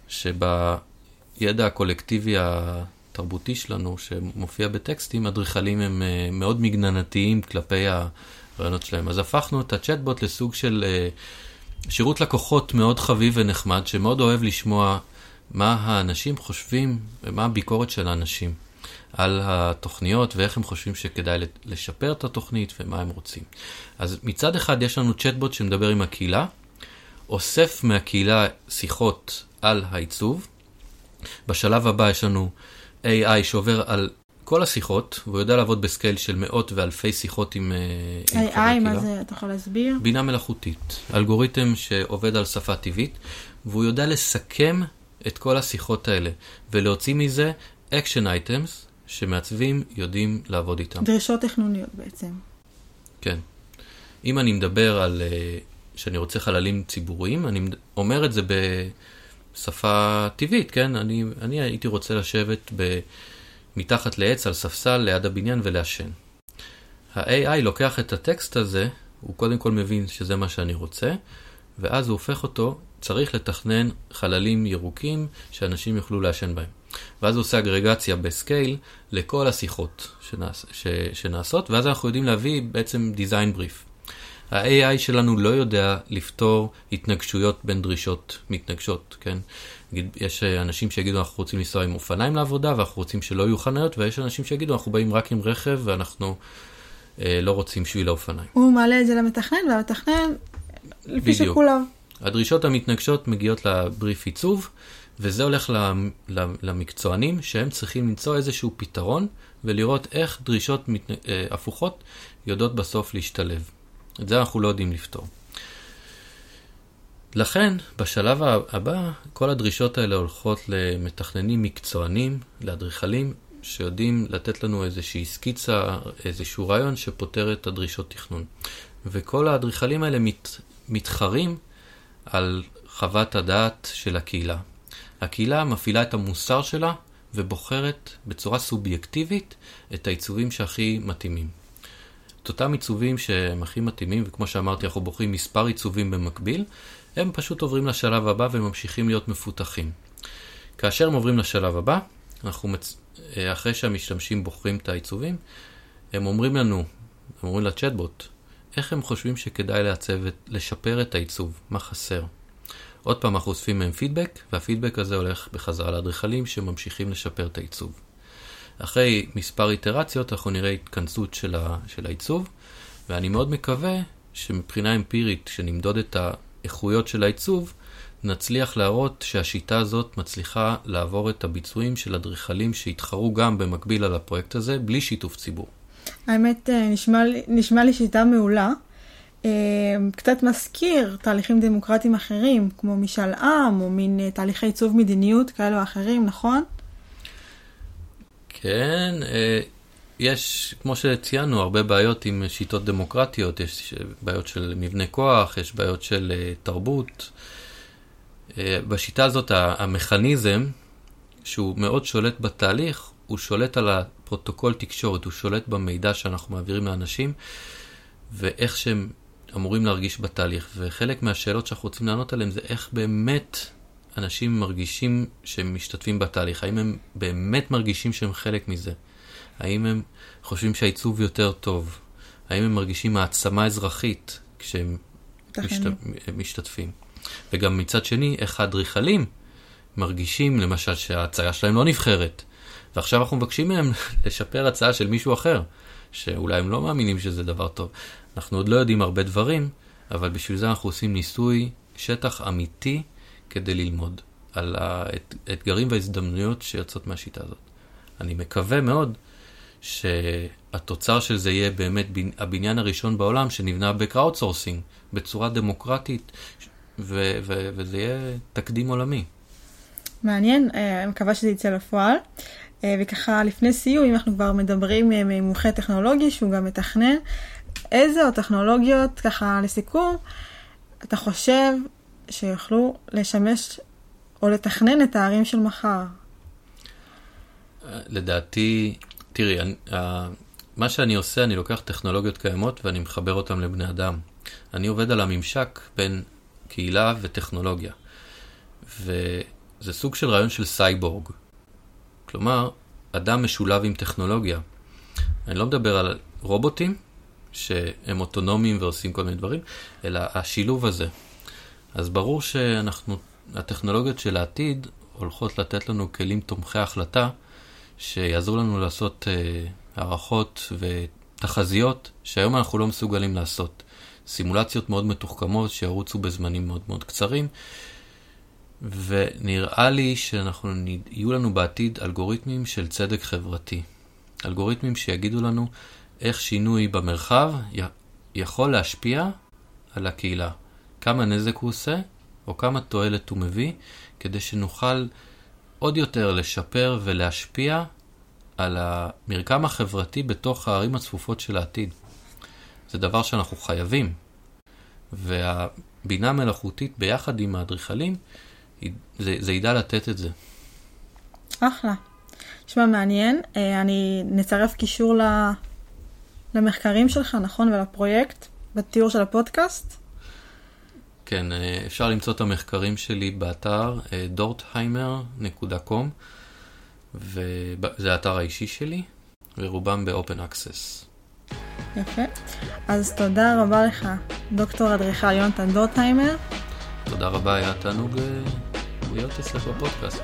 שבידע הקולקטיבי התרבותי שלנו, שמופיע בטקסטים, אדריכלים הם אה, מאוד מגננתיים כלפי הרעיונות שלהם. אז הפכנו את הצ'טבוט לסוג של אה, שירות לקוחות מאוד חביב ונחמד, שמאוד אוהב לשמוע מה האנשים חושבים ומה הביקורת של האנשים על התוכניות, ואיך הם חושבים שכדאי לשפר את התוכנית ומה הם רוצים. אז מצד אחד יש לנו צ'טבוט שמדבר עם הקהילה, אוסף מהקהילה שיחות על העיצוב. בשלב הבא יש לנו איי איי שעובר על כל השיחות, והוא יודע לעבוד בסקייל של מאות ואלפי שיחות עם, עם
איי איי, מה זה? אתה יכול להסביר?
בינה מלאכותית. אלגוריתם שעובד על שפה טבעית, והוא יודע לסכם את כל השיחות האלה, ולהוציא מזה action items, שמעצבים יודעים לעבוד איתם.
דרישות תכנוניות בעצם.
כן. אם אני מדבר על שאני רוצה חללים ציבוריים, אני אומר את זה בשפה טבעית, כן? אני, אני הייתי רוצה לשבת ב, מתחת לעץ על ספסל ליד הבניין ולעשן. ה-איי איי לוקח את הטקסט הזה, הוא קודם כל מבין שזה מה שאני רוצה, ואז הוא הופך אותו, צריך לתכנן חללים ירוקים שאנשים יוכלו לעשן בהם. ואז הוא עושה אגרגציה בסקייל לכל השיחות שנעש, ש, שנעשות, ואז אנחנו יודעים להביא בעצם דיזיין בריף. ה-איי איי שלנו לא יודע לפתור התנגשויות בין דרישות מתנגשות, כן? יש אנשים שיגידו אנחנו רוצים לנסוע עם אופניים לעבודה, ואנחנו רוצים שלא יהיו חניות, ויש אנשים שיגידו אנחנו באים רק עם רכב, ואנחנו אה, לא רוצים שביל האופניים.
הוא מעלה את זה למתכנן, והמתכנן לפי שכולם.
הדרישות המתנגשות מגיעות לבריף עיצוב, וזה הולך למקצוענים שהם צריכים למצוא איזשהו פתרון, ולראות איך דרישות מת... הפוכות יודעות בסוף להשתלב. את זה אנחנו לא יודעים לפתור. לכן, בשלב הבא, כל הדרישות האלה הולכות למתכננים מקצוענים, לאדריכלים, שיודעים לתת לנו איזושהי סקיצה, איזשהו רעיון שפותר את הדרישות תכנון. וכל האדריכלים האלה מת... מתחרים על חוות הדעת של הקהילה. הקהילה מפעילה את המוסר שלה ובוחרת בצורה סובייקטיבית את העיצובים שהכי מתאימים. את אותם עיצובים שהם הכי מתאימים, וכמו שאמרתי, אנחנו בוחרים מספר עיצובים במקביל, הם פשוט עוברים לשלב הבא וממשיכים להיות מפותחים. כאשר הם עוברים לשלב הבא, אנחנו מצ... אחרי שהמשתמשים בוחרים את העיצובים, הם אומרים לנו, הם אומרים לצ'טבוט, איך הם חושבים שכדאי לעצב, לשפר את העיצוב, מה חסר. עוד פעם אנחנו אוספים מהם פידבק, והפידבק הזה הולך בחזרה לאדריכלים שממשיכים לשפר את העיצוב. אחרי מספר איטרציות אנחנו נראה התכנסות של, ה, של העיצוב, ואני מאוד מקווה שמבחינה אמפירית, שנמדוד את האיכויות של העיצוב, נצליח להראות שהשיטה הזאת מצליחה לעבור את הביצועים של אדריכלים שהתחרו גם במקביל על הפרויקט הזה, בלי שיתוף ציבור.
האמת, נשמע, נשמע לי שיטה מעולה. קצת מזכיר תהליכים דמוקרטיים אחרים, כמו משאל עם, או מין תהליכי עיצוב מדיניות כאלו או אחרים, נכון?
כן, יש, כמו שציינו, הרבה בעיות עם שיטות דמוקרטיות, יש בעיות של מבנה כוח, יש בעיות של תרבות. בשיטה הזאת, המכניזם, שהוא מאוד שולט בתהליך, הוא שולט על הפרוטוקול תקשורת, הוא שולט במידע שאנחנו מעבירים לאנשים, ואיך שהם אמורים להרגיש בתהליך. וחלק מהשאלות שאנחנו רוצים לענות עליהן זה איך באמת אנשים מרגישים שהם משתתפים בתהליך. האם הם באמת מרגישים שהם חלק מזה? האם הם חושבים שהעיצוב יותר טוב? האם הם מרגישים העצמה אזרחית כשהם משת... משתתפים? וגם מצד שני, איך האדריכלים מרגישים, למשל, שההצעה שלהם לא נבחרת. ועכשיו אנחנו מבקשים מהם לשפר הצעה של מישהו אחר, שאולי הם לא מאמינים שזה דבר טוב. אנחנו עוד לא יודעים הרבה דברים, אבל בשביל זה אנחנו עושים ניסוי שטח אמיתי כדי ללמוד על האתגרים וההזדמנויות שיוצאות מהשיטה הזאת. אני מקווה מאוד שהתוצר של זה יהיה באמת הבניין הראשון בעולם שנבנה בקראודסורסינג, בצורה דמוקרטית, ו- ו- וזה יהיה תקדים עולמי.
מעניין, אני מקווה שזה יצא לפועל. וככה לפני סיום, אם אנחנו כבר מדברים עם מומחה טכנולוגי שהוא גם מתכנן, איזה או טכנולוגיות, ככה לסיכום, אתה חושב שיוכלו לשמש או לתכנן את הערים של מחר?
לדעתי, תראי, אני, מה שאני עושה, אני לוקח טכנולוגיות קיימות ואני מחבר אותן לבני אדם. אני עובד על הממשק בין קהילה וטכנולוגיה. וזה סוג של רעיון של סייבורג. כלומר, אדם משולב עם טכנולוגיה. אני לא מדבר על רובוטים, שהם אוטונומיים ועושים כל מיני דברים, אלא השילוב הזה. אז ברור שאנחנו, הטכנולוגיות של העתיד הולכות לתת לנו כלים תומכי החלטה, שיעזרו לנו לעשות אה, הערכות ותחזיות, שהיום אנחנו לא מסוגלים לעשות. סימולציות מאוד מתוחכמות שירוצו בזמנים מאוד מאוד קצרים, ונראה לי שאנחנו, יהיו לנו בעתיד אלגוריתמים של צדק חברתי. אלגוריתמים שיגידו לנו איך שינוי במרחב יכול להשפיע על הקהילה. כמה נזק הוא עושה, או כמה תועלת הוא מביא, כדי שנוכל עוד יותר לשפר ולהשפיע על המרקם החברתי בתוך הערים הצפופות של העתיד. זה דבר שאנחנו חייבים. והבינה מלאכותית ביחד עם האדריכלים, זה, זה ידע לתת את זה.
אחלה. נשמע מעניין. אני נצרף קישור למחקרים שלך, נכון? ולפרויקט, בתיאור של הפודקאסט.
כן, אפשר למצוא את המחקרים שלי באתר דורטהיימר נקודה קום, וזה האתר האישי שלי, ורובם באופן אקסס.
יפה. אז תודה רבה לך, דוקטור אדריכל יונתן דורטהיימר.
תודה רבה, היה תענוג להיות אצלך בפודקאסט.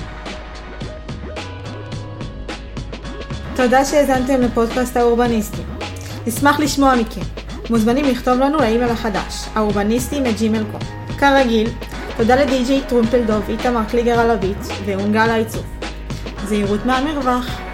תודה שהאזנתם לפודקאסט האורבניסטים. נשמח לשמוע מכם. מוזמנים לכתוב לנו לאימייל החדש, האורבניסטים את ג'ימייל דוט קום. כרגיל, תודה לדי-ג'יי טרומפלדוב, איתמר קליגר על הביט, ואונגל העיצוב. זהירות מהמרווח.